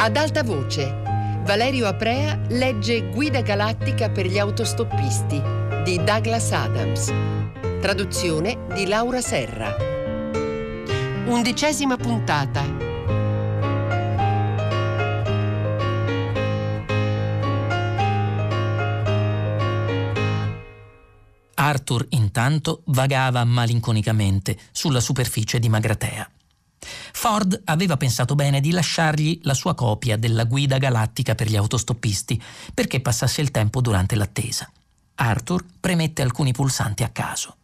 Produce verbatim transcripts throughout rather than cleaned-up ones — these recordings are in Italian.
Ad alta voce, Valerio Aprea legge Guida galattica per gli autostoppisti di Douglas Adams. Traduzione di Laura Serra. Undicesima puntata. Arthur intanto vagava malinconicamente sulla superficie di Magratea. Ford aveva pensato bene di lasciargli la sua copia della Guida galattica per gli autostoppisti perché passasse il tempo durante l'attesa. Arthur premette alcuni pulsanti a caso.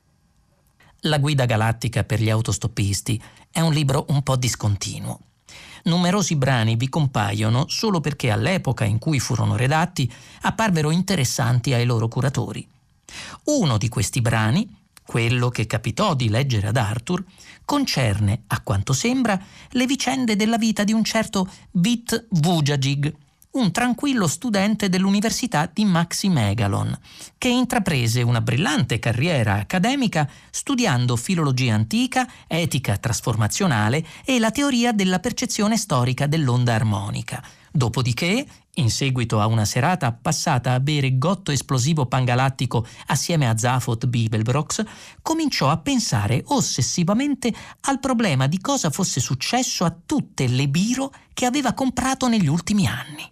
La Guida galattica per gli autostoppisti è un libro un po' discontinuo. Numerosi brani vi compaiono solo perché all'epoca in cui furono redatti apparvero interessanti ai loro curatori. Uno di questi brani, quello che capitò di leggere ad Arthur, concerne, a quanto sembra, le vicende della vita di un certo Vit Vujicic, un tranquillo studente dell'Università di Maximegalon, che intraprese una brillante carriera accademica studiando filologia antica, etica trasformazionale e la teoria della percezione storica dell'onda armonica. Dopodiché, in seguito a una serata passata a bere gotto esplosivo pangalattico assieme a Zaphod Beeblebrox, cominciò a pensare ossessivamente al problema di cosa fosse successo a tutte le biro che aveva comprato negli ultimi anni.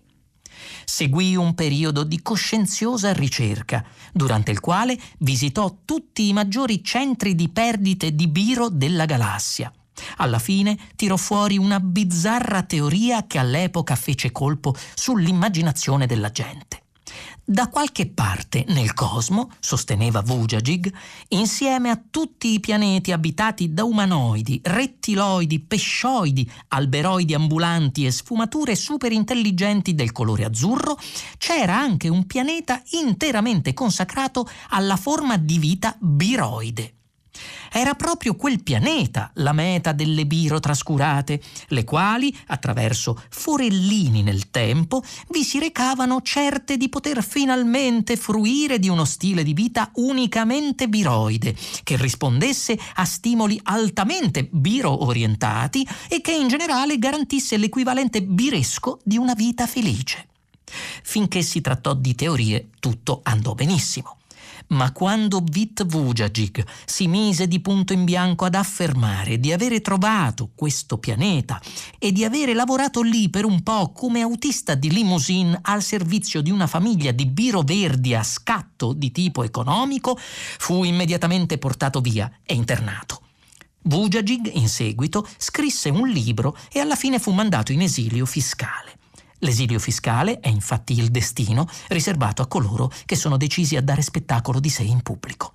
Seguì un periodo di coscienziosa ricerca, durante il quale visitò tutti i maggiori centri di perdite di biro della galassia. Alla fine tirò fuori una bizzarra teoria che all'epoca fece colpo sull'immaginazione della gente. Da qualche parte nel cosmo, sosteneva Vujicic, insieme a tutti i pianeti abitati da umanoidi, rettiloidi, pescioidi, alberoidi ambulanti e sfumature superintelligenti del colore azzurro, c'era anche un pianeta interamente consacrato alla forma di vita biroide. Era proprio quel pianeta la meta delle biro trascurate, le quali, attraverso forellini nel tempo, vi si recavano certe di poter finalmente fruire di uno stile di vita unicamente biroide, che rispondesse a stimoli altamente biro-orientati e che in generale garantisse l'equivalente biresco di una vita felice. Finché si trattò di teorie, tutto andò benissimo. Ma quando Vit Vujicic si mise di punto in bianco ad affermare di avere trovato questo pianeta e di avere lavorato lì per un po' come autista di limousine al servizio di una famiglia di biro verdi a scatto di tipo economico, fu immediatamente portato via e internato. Vujicic in seguito scrisse un libro e alla fine fu mandato in esilio fiscale. L'esilio fiscale è infatti il destino riservato a coloro che sono decisi a dare spettacolo di sé in pubblico.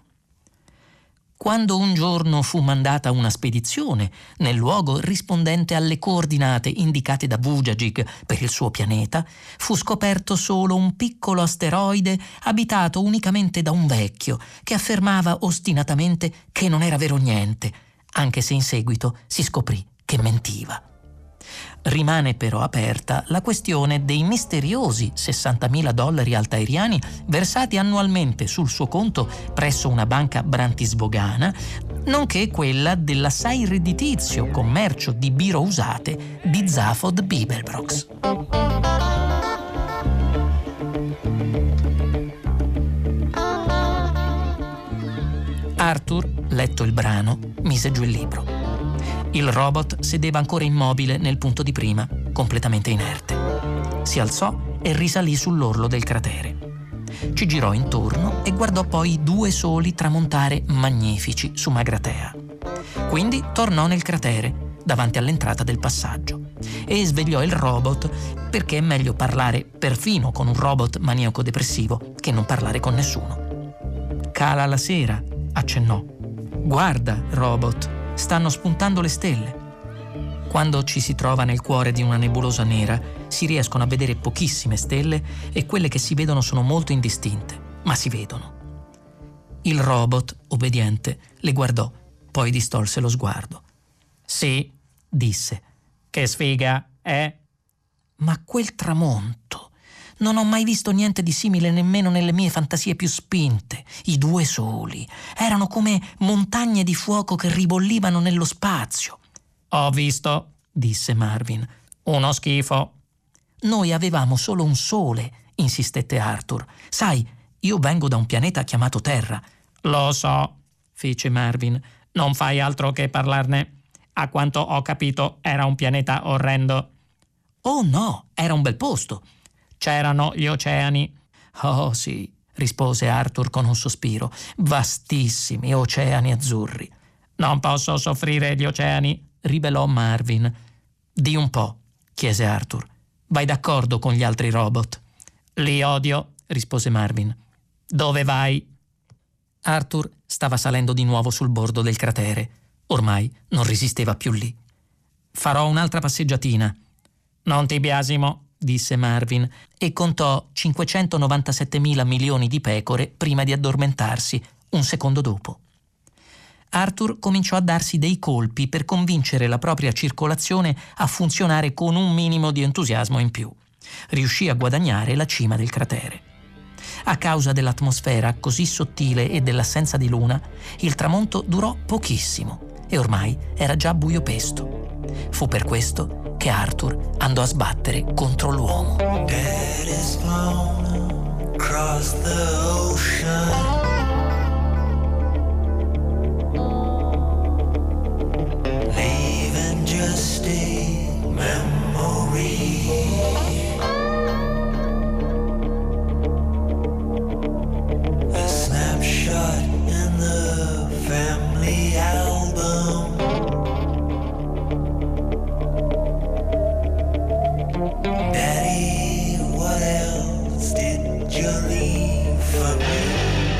Quando un giorno fu mandata una spedizione nel luogo rispondente alle coordinate indicate da Vujicic per il suo pianeta, fu scoperto solo un piccolo asteroide abitato unicamente da un vecchio che affermava ostinatamente che non era vero niente, anche se in seguito si scoprì che mentiva. Rimane però aperta la questione dei misteriosi sessantamila dollari altairiani versati annualmente sul suo conto presso una banca brantisbogana, nonché quella dell'assai redditizio commercio di biro usate di Zaphod Beeblebrox. Arthur, letto il brano, mise giù il libro. Il robot sedeva ancora immobile nel punto di prima, completamente inerte. Si alzò e risalì sull'orlo del cratere. Ci girò intorno e guardò poi due soli tramontare magnifici su Magratea. Quindi tornò nel cratere, davanti all'entrata del passaggio, e svegliò il robot perché è meglio parlare perfino con un robot maniaco-depressivo che non parlare con nessuno. «Cala la sera», accennò. «Guarda, robot, stanno spuntando le stelle». Quando ci si trova nel cuore di una nebulosa nera, si riescono a vedere pochissime stelle e quelle che si vedono sono molto indistinte, ma si vedono. Il robot, obbediente, le guardò, poi distolse lo sguardo. «Sì», disse. «Che sfiga, eh?» «Ma quel tramonto! Non ho mai visto niente di simile nemmeno nelle mie fantasie più spinte. I due soli erano come montagne di fuoco che ribollivano nello spazio». «Ho visto», disse Marvin, «uno schifo». Noi avevamo solo un sole, insistette Arthur. Sai, io vengo da un pianeta chiamato Terra. Lo so, fece Marvin. Non fai altro che parlarne. A quanto ho capito, era un pianeta orrendo. Oh no, era un bel posto. C'erano gli oceani. Oh sì, rispose Arthur con un sospiro. Vastissimi oceani azzurri. Non posso soffrire gli oceani, ribellò Marvin. Di un po', chiese Arthur. Vai d'accordo con gli altri robot? Li odio, rispose Marvin. Dove vai? Arthur stava salendo di nuovo sul bordo del cratere. Ormai non resisteva più lì. Farò un'altra passeggiatina. Non ti biasimo, disse Marvin e contò cinquecentonovantasettemila milioni di pecore prima di addormentarsi, un secondo dopo. Arthur cominciò a darsi dei colpi per convincere la propria circolazione a funzionare con un minimo di entusiasmo in più. Riuscì a guadagnare la cima del cratere. A causa dell'atmosfera così sottile e dell'assenza di luna, il tramonto durò pochissimo e ormai era già buio pesto. Fu per questo che Arthur andò a sbattere contro l'uomo. Dead is flown across the ocean. Leaving just a memory. A snapshot in the family album. Daddy, what else did you leave for me?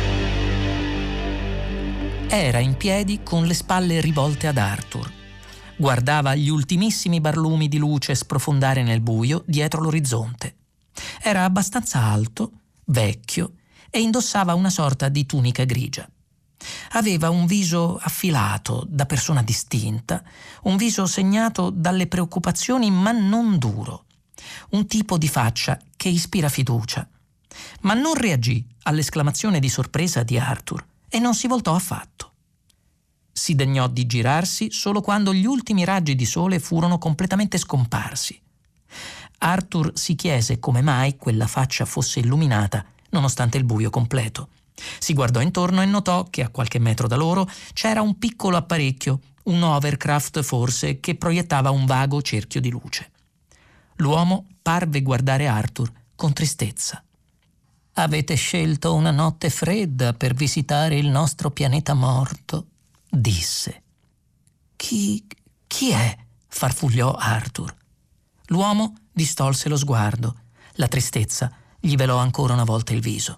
Era in piedi con le spalle rivolte ad Arthur. Guardava gli ultimissimi barlumi di luce sprofondare nel buio dietro l'orizzonte. Era abbastanza alto, vecchio e indossava una sorta di tunica grigia. Aveva un viso affilato, da persona distinta, un viso segnato dalle preoccupazioni ma non duro. Un tipo di faccia che ispira fiducia. Ma non reagì all'esclamazione di sorpresa di Arthur e non si voltò affatto. Si degnò di girarsi solo quando gli ultimi raggi di sole furono completamente scomparsi. Arthur si chiese come mai quella faccia fosse illuminata nonostante il buio completo. Si guardò intorno e notò che a qualche metro da loro c'era un piccolo apparecchio, un hovercraft forse, che proiettava un vago cerchio di luce. L'uomo parve guardare Arthur con tristezza. «Avete scelto una notte fredda per visitare il nostro pianeta morto», disse. Chi, chi è? Farfugliò Arthur. L'uomo distolse lo sguardo. La tristezza gli velò ancora una volta il viso.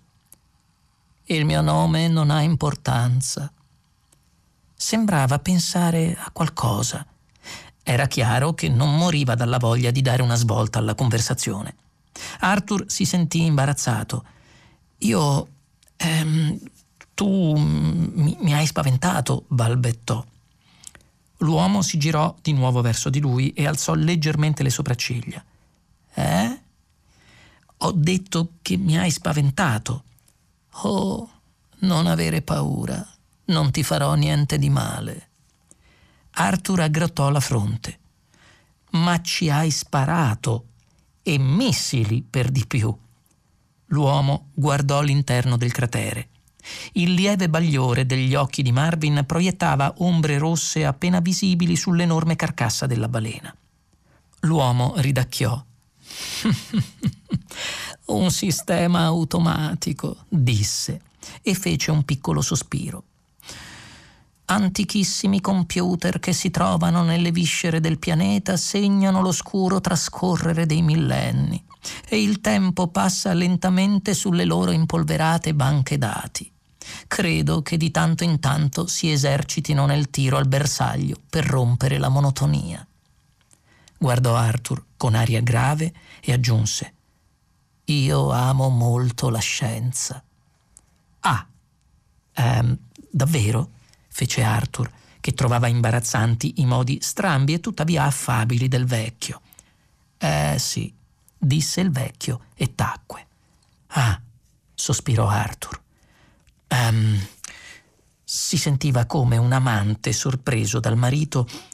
Il mio nome non ha importanza. Sembrava pensare a qualcosa. Era chiaro che non moriva dalla voglia di dare una svolta alla conversazione. Arthur si sentì imbarazzato. Io... Ehm, tu mi, mi hai spaventato, balbettò. L'uomo si girò di nuovo verso di lui e alzò leggermente le sopracciglia. Eh? Ho detto che mi hai spaventato. Oh, non avere paura. Non ti farò niente di male. Arthur aggrottò la fronte. Ma ci hai sparato. E missili per di più. L'uomo guardò l'interno del cratere. Il lieve bagliore degli occhi di Marvin proiettava ombre rosse appena visibili sull'enorme carcassa della balena. L'uomo ridacchiò. Un sistema automatico, disse, e fece un piccolo sospiro. Antichissimi computer che si trovano nelle viscere del pianeta segnano l'oscuro trascorrere dei millenni e il tempo passa lentamente sulle loro impolverate banche dati. Credo che di tanto in tanto si esercitino nel tiro al bersaglio per rompere la monotonia. Guardò Arthur con aria grave e aggiunse: Io amo molto la scienza. Ah, ehm, davvero? Fece Arthur, che trovava imbarazzanti i modi strambi e tuttavia affabili del vecchio. Eh sì, disse il vecchio e tacque. Ah, sospirò Arthur. Um, si sentiva come un amante sorpreso dal marito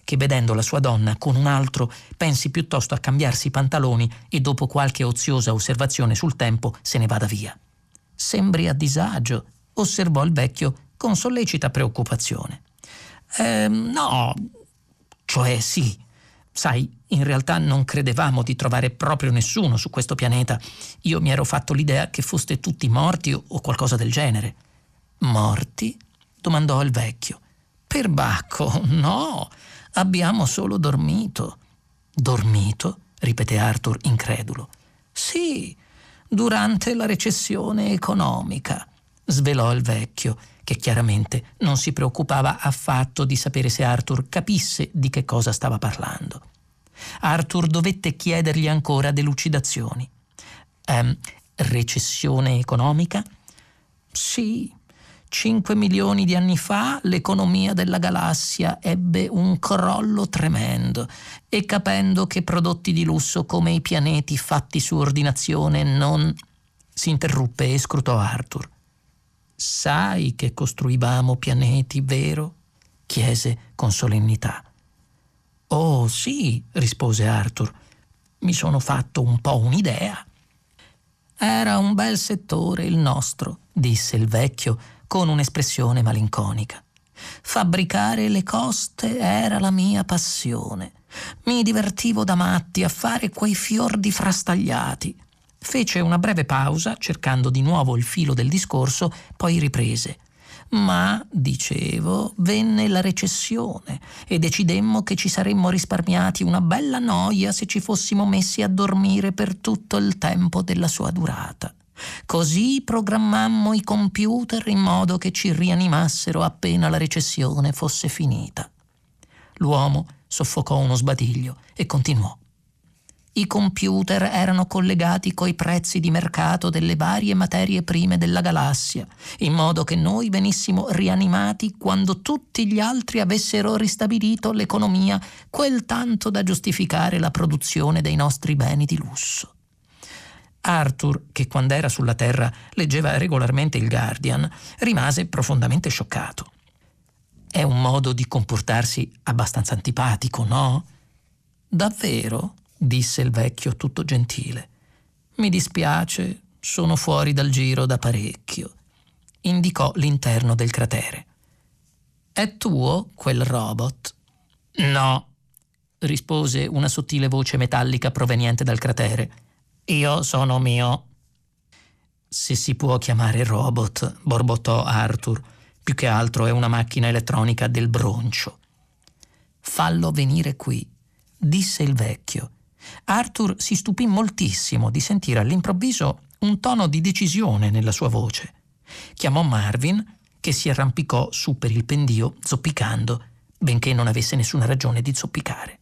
che vedendo la sua donna con un altro pensi piuttosto a cambiarsi i pantaloni e dopo qualche oziosa osservazione sul tempo se ne vada via. Sembri a disagio, osservò il vecchio con sollecita preoccupazione. Eh, no, cioè sì, sai, in realtà non credevamo di trovare proprio nessuno su questo pianeta. Io mi ero fatto l'idea che foste tutti morti o, o qualcosa del genere. Morti? Domandò il vecchio. Perbacco, no, abbiamo solo dormito. Dormito? Ripeté Arthur incredulo. Sì, durante la recessione economica, svelò il vecchio, che chiaramente non si preoccupava affatto di sapere se Arthur capisse di che cosa stava parlando. Arthur dovette chiedergli ancora delucidazioni. Ehm, recessione economica? Sì. Cinque milioni di anni fa l'economia della galassia ebbe un crollo tremendo e capendo che prodotti di lusso come i pianeti fatti su ordinazione non... Si interruppe e scrutò Arthur. Sai che costruivamo pianeti, vero? Chiese con solennità. Oh sì, rispose Arthur. Mi sono fatto un po' un'idea. Era un bel settore il nostro, disse il vecchio con un'espressione malinconica. Fabbricare le coste era la mia passione. Mi divertivo da matti a fare quei fiordi frastagliati. Fece una breve pausa, cercando di nuovo il filo del discorso, poi riprese. Ma, dicevo, venne la recessione e decidemmo che ci saremmo risparmiati una bella noia se ci fossimo messi a dormire per tutto il tempo della sua durata. Così programmammo i computer in modo che ci rianimassero appena la recessione fosse finita. L'uomo soffocò uno sbadiglio e continuò. I computer erano collegati coi prezzi di mercato delle varie materie prime della galassia, in modo che noi venissimo rianimati quando tutti gli altri avessero ristabilito l'economia quel tanto da giustificare la produzione dei nostri beni di lusso. Arthur, che quando era sulla Terra leggeva regolarmente il Guardian, rimase profondamente scioccato. È un modo di comportarsi abbastanza antipatico, no? Davvero? Disse il vecchio tutto gentile. Mi dispiace, sono fuori dal giro da parecchio. Indicò l'interno del cratere. È tuo quel robot? No, rispose una sottile voce metallica proveniente dal cratere. Io sono mio. Se si può chiamare robot, borbottò Arthur, più che altro è una macchina elettronica del broncio. Fallo venire qui, disse il vecchio. Arthur si stupì moltissimo di sentire all'improvviso un tono di decisione nella sua voce. Chiamò Marvin, che si arrampicò su per il pendio zoppicando, benché non avesse nessuna ragione di zoppicare.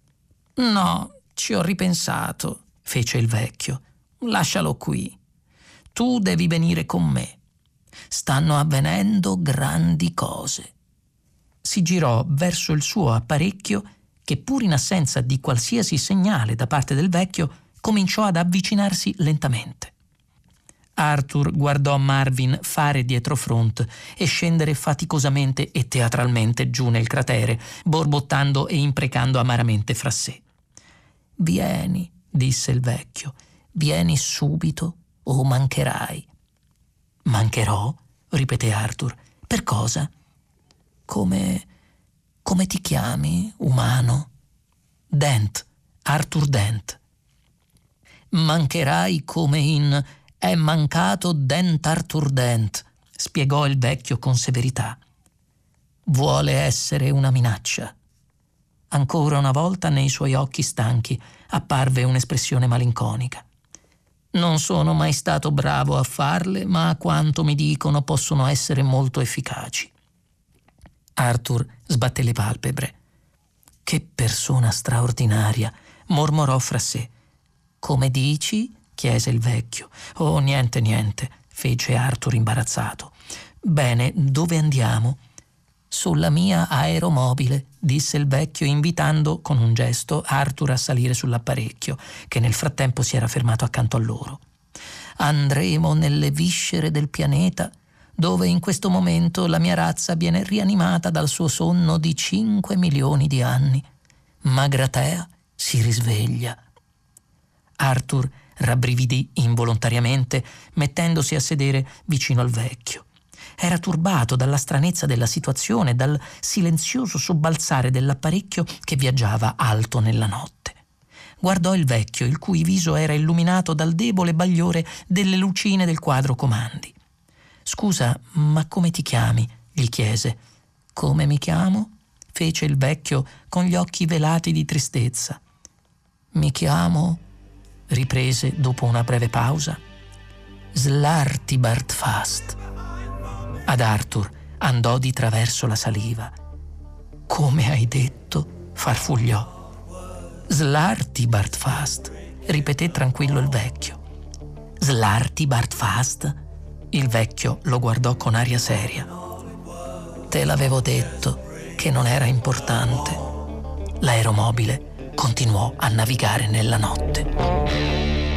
No, ci ho ripensato, fece il vecchio. Lascialo qui. Tu devi venire con me. Stanno avvenendo grandi cose. Si girò verso il suo apparecchio che, pur in assenza di qualsiasi segnale da parte del vecchio, cominciò ad avvicinarsi lentamente. Arthur guardò Marvin fare dietrofront e scendere faticosamente e teatralmente giù nel cratere, borbottando e imprecando amaramente fra sé. Vieni, disse il vecchio, vieni subito o mancherai. Mancherò? Ripeté Arthur. Per cosa? Come... come ti chiami, umano? Dent, Arthur Dent. Mancherai come in è mancato Dent Arthur Dent, spiegò il vecchio con severità. Vuole essere una minaccia. Ancora una volta nei suoi occhi stanchi apparve un'espressione malinconica. Non sono mai stato bravo a farle, ma a quanto mi dicono possono essere molto efficaci. Arthur sbatté le palpebre. Che persona straordinaria, mormorò fra sé. Come dici? Chiese il vecchio. Oh, niente, niente, fece Arthur imbarazzato. Bene, dove andiamo? Sulla mia aeromobile, disse il vecchio, invitando con un gesto Arthur a salire sull'apparecchio, che nel frattempo si era fermato accanto a loro. Andremo nelle viscere del pianeta, dove in questo momento la mia razza viene rianimata dal suo sonno di cinque milioni di anni. Magratea si risveglia. Arthur rabbrividì involontariamente, mettendosi a sedere vicino al vecchio. Era turbato dalla stranezza della situazione, dal silenzioso sobbalzare dell'apparecchio che viaggiava alto nella notte. Guardò il vecchio, il cui viso era illuminato dal debole bagliore delle lucine del quadro comandi. «Scusa, ma come ti chiami?» gli chiese. «Come mi chiamo?» fece il vecchio con gli occhi velati di tristezza. «Mi chiamo», riprese dopo una breve pausa, «Slartibartfast». Ad Arthur andò di traverso la saliva. «Come hai detto?» farfugliò. «Slartibartfast», ripeté tranquillo il vecchio. «Slartibartfast?» Il vecchio lo guardò con aria seria. «Te l'avevo detto che non era importante». L'aeromobile continuò a navigare nella notte.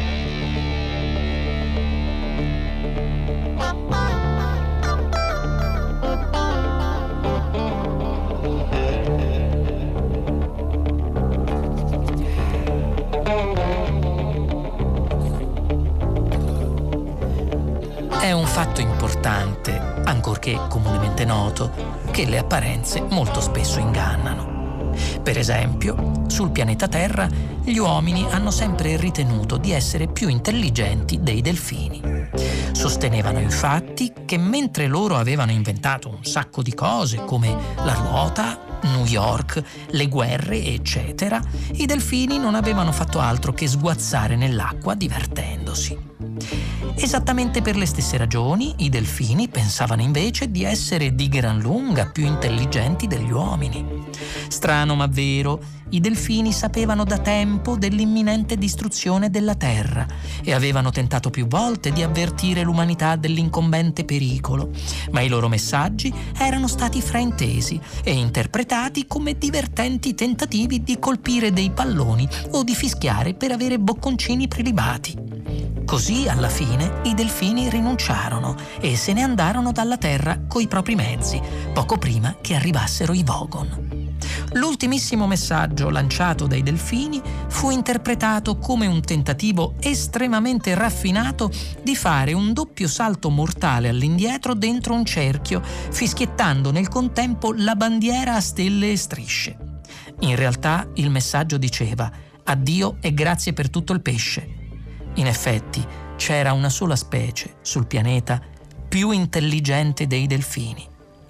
È un fatto importante, ancorché comunemente noto, che le apparenze molto spesso ingannano. Per esempio, sul pianeta Terra gli uomini hanno sempre ritenuto di essere più intelligenti dei delfini. Sostenevano infatti che mentre loro avevano inventato un sacco di cose come la ruota, New York, le guerre, eccetera, i delfini non avevano fatto altro che sguazzare nell'acqua divertendosi. Esattamente per le stesse ragioni, i delfini pensavano invece di essere di gran lunga più intelligenti degli uomini. Strano ma vero, i delfini sapevano da tempo dell'imminente distruzione della Terra e avevano tentato più volte di avvertire l'umanità dell'incombente pericolo, ma i loro messaggi erano stati fraintesi e interpretati come divertenti tentativi di colpire dei palloni o di fischiare per avere bocconcini prelibati. Così, alla fine, i delfini rinunciarono e se ne andarono dalla Terra coi propri mezzi, poco prima che arrivassero i Vogon. L'ultimissimo messaggio lanciato dai delfini fu interpretato come un tentativo estremamente raffinato di fare un doppio salto mortale all'indietro dentro un cerchio, fischiettando nel contempo la bandiera a stelle e strisce. In realtà il messaggio diceva: addio e grazie per tutto il pesce. In effetti c'era una sola specie sul pianeta più intelligente dei delfini.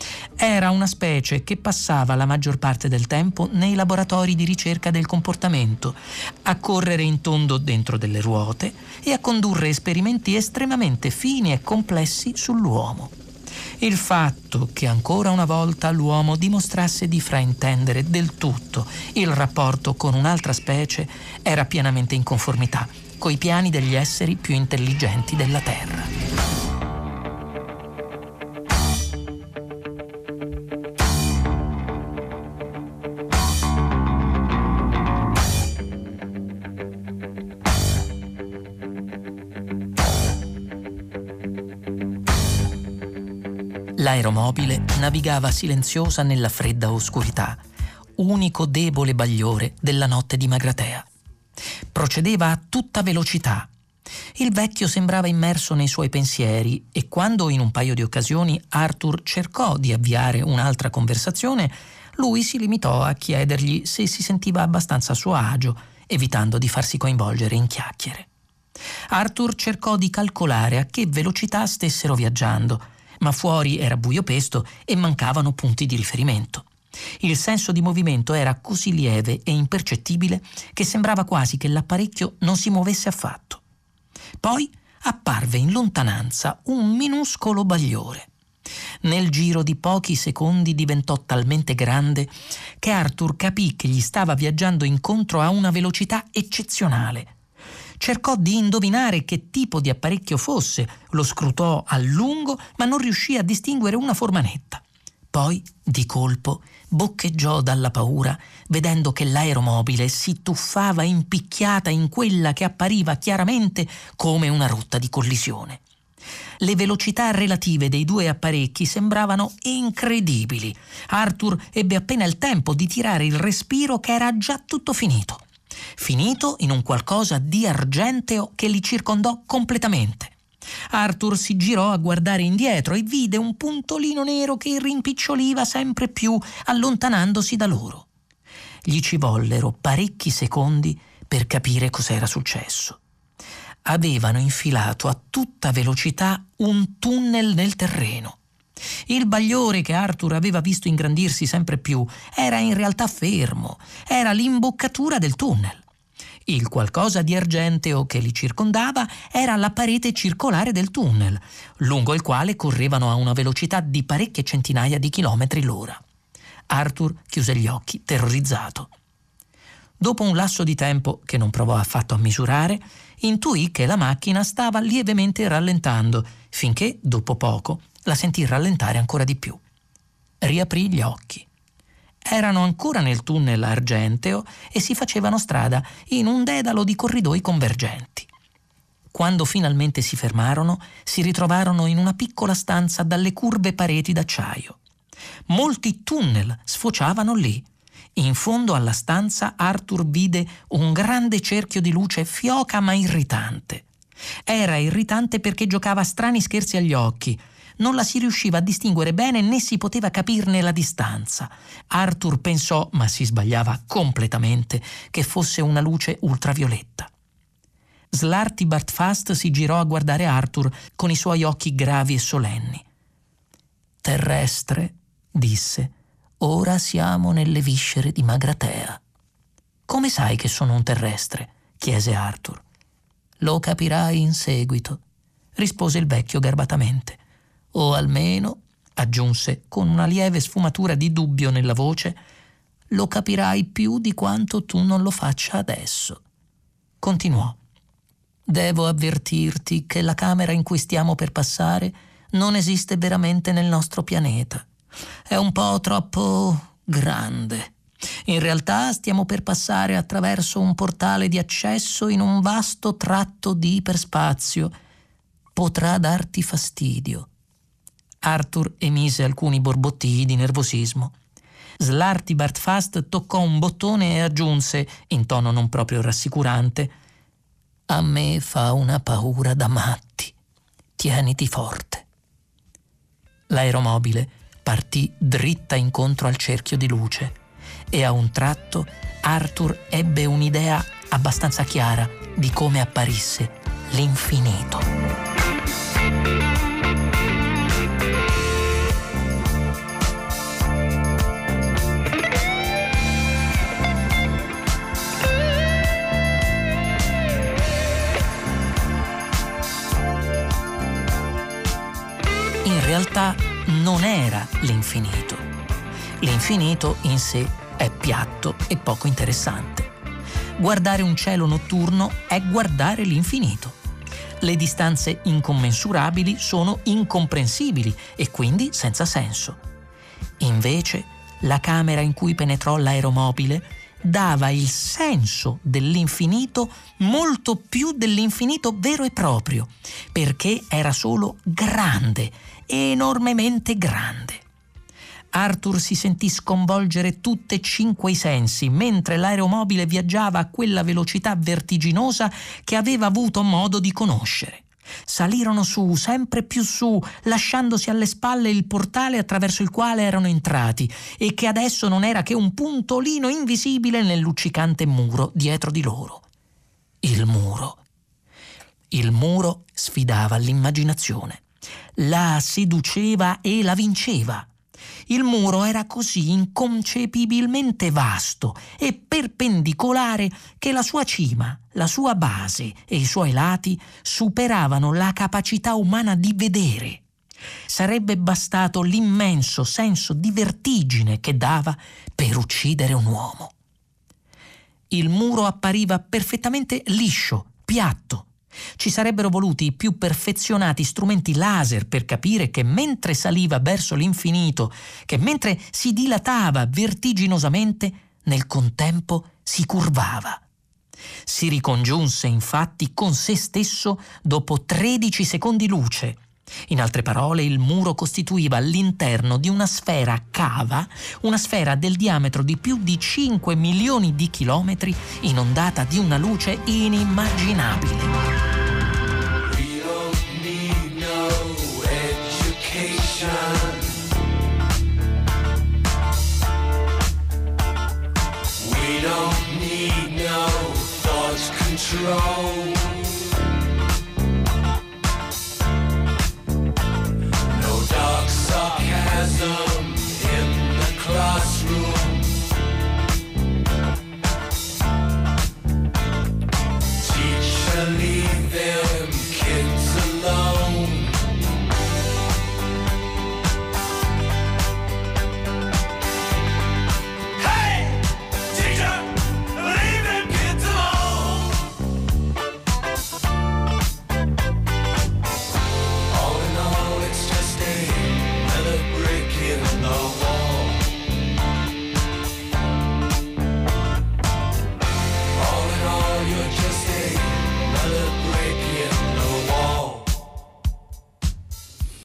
Era una specie che passava la maggior parte del tempo nei laboratori di ricerca del comportamento, a correre in tondo dentro delle ruote e a condurre esperimenti estremamente fini e complessi sull'uomo. Il fatto che ancora una volta l'uomo dimostrasse di fraintendere del tutto il rapporto con un'altra specie era pienamente in conformità coi piani degli esseri più intelligenti della Terra. L'aeromobile navigava silenziosa nella fredda oscurità, unico debole bagliore della notte di Magratea. Procedeva a tutta velocità. Il vecchio sembrava immerso nei suoi pensieri e quando in un paio di occasioni Arthur cercò di avviare un'altra conversazione, lui si limitò a chiedergli se si sentiva abbastanza a suo agio, evitando di farsi coinvolgere in chiacchiere. Arthur cercò di calcolare a che velocità stessero viaggiando, ma fuori era buio pesto e mancavano punti di riferimento. Il senso di movimento era così lieve e impercettibile che sembrava quasi che l'apparecchio non si muovesse affatto. Poi apparve in lontananza un minuscolo bagliore. Nel giro di pochi secondi diventò talmente grande che Arthur capì che gli stava viaggiando incontro a una velocità eccezionale. Cercò di indovinare che tipo di apparecchio fosse, lo scrutò a lungo ma non riuscì a distinguere una forma netta. Poi, di colpo, boccheggiò dalla paura, vedendo che l'aeromobile si tuffava impicchiata in quella che appariva chiaramente come una rotta di collisione. Le velocità relative dei due apparecchi sembravano incredibili. Arthur ebbe appena il tempo di tirare il respiro che era già tutto finito. Finito in un qualcosa di argenteo che li circondò completamente. Arthur si girò a guardare indietro e vide un puntolino nero che rimpiccioliva sempre più, allontanandosi da loro. Gli ci vollero parecchi secondi per capire cos'era successo. Avevano infilato a tutta velocità un tunnel nel terreno. Il bagliore che Arthur aveva visto ingrandirsi sempre più era in realtà fermo, era l'imboccatura del tunnel. Il qualcosa di argenteo che li circondava era la parete circolare del tunnel, lungo il quale correvano a una velocità di parecchie centinaia di chilometri l'ora. Arthur chiuse gli occhi, terrorizzato. Dopo un lasso di tempo che non provò affatto a misurare, intuì che la macchina stava lievemente rallentando, finché, dopo poco, la sentì rallentare ancora di più. Riaprì gli occhi. Erano ancora nel tunnel argenteo e si facevano strada in un dedalo di corridoi convergenti. Quando finalmente si fermarono, si ritrovarono in una piccola stanza dalle curve pareti d'acciaio. Molti tunnel sfociavano lì. In fondo alla stanza Arthur vide un grande cerchio di luce fioca ma irritante. Era irritante perché giocava strani scherzi agli occhi. Non la si riusciva a distinguere bene né si poteva capirne la distanza. Arthur pensò, ma si sbagliava completamente, che fosse una luce ultravioletta. Slartibartfast Fast si girò a guardare Arthur con i suoi occhi gravi e solenni. «Terrestre», disse, «ora siamo nelle viscere di Magratea». «Come sai che sono un terrestre?» chiese Arthur. «Lo capirai in seguito», rispose il vecchio garbatamente. «O almeno», aggiunse con una lieve sfumatura di dubbio nella voce, «lo capirai più di quanto tu non lo faccia adesso». Continuò. «Devo avvertirti che la camera in cui stiamo per passare non esiste veramente nel nostro pianeta. È un po' troppo grande. In realtà stiamo per passare attraverso un portale di accesso in un vasto tratto di iperspazio. Potrà darti fastidio». Arthur emise alcuni borbottii di nervosismo. Slartibartfast Fast toccò un bottone e aggiunse, in tono non proprio rassicurante, «A me fa una paura da matti. Tieniti forte». L'aeromobile partì dritta incontro al cerchio di luce e a un tratto Arthur ebbe un'idea abbastanza chiara di come apparisse l'infinito. In realtà non era l'infinito. L'infinito in sé è piatto e poco interessante. Guardare un cielo notturno è guardare l'infinito. Le distanze incommensurabili sono incomprensibili e quindi senza senso. Invece, la camera in cui penetrò l'aeromobile dava il senso dell'infinito molto più dell'infinito vero e proprio, perché era solo grande, enormemente grande. Arthur si sentì sconvolgere tutti e cinque i sensi mentre l'aeromobile viaggiava a quella velocità vertiginosa che aveva avuto modo di conoscere. Salirono su, sempre più su, lasciandosi alle spalle il portale attraverso il quale erano entrati e che adesso non era che un puntolino invisibile nel luccicante muro dietro di loro. Il muro. Il muro sfidava l'immaginazione, la seduceva e la vinceva. Il muro era così inconcepibilmente vasto e perpendicolare che la sua cima, la sua base e i suoi lati superavano la capacità umana di vedere. Sarebbe bastato l'immenso senso di vertigine che dava per uccidere un uomo. Il muro appariva perfettamente liscio, piatto. Ci sarebbero voluti i più perfezionati strumenti laser per capire che mentre saliva verso l'infinito, che mentre si dilatava vertiginosamente, nel contempo si curvava. Si ricongiunse infatti con se stesso dopo tredici secondi luce. In altre parole, il muro costituiva l'interno di una sfera cava, una sfera del diametro di più di cinque milioni di chilometri, inondata di una luce inimmaginabile. We don't need no education. We don't need no thought control.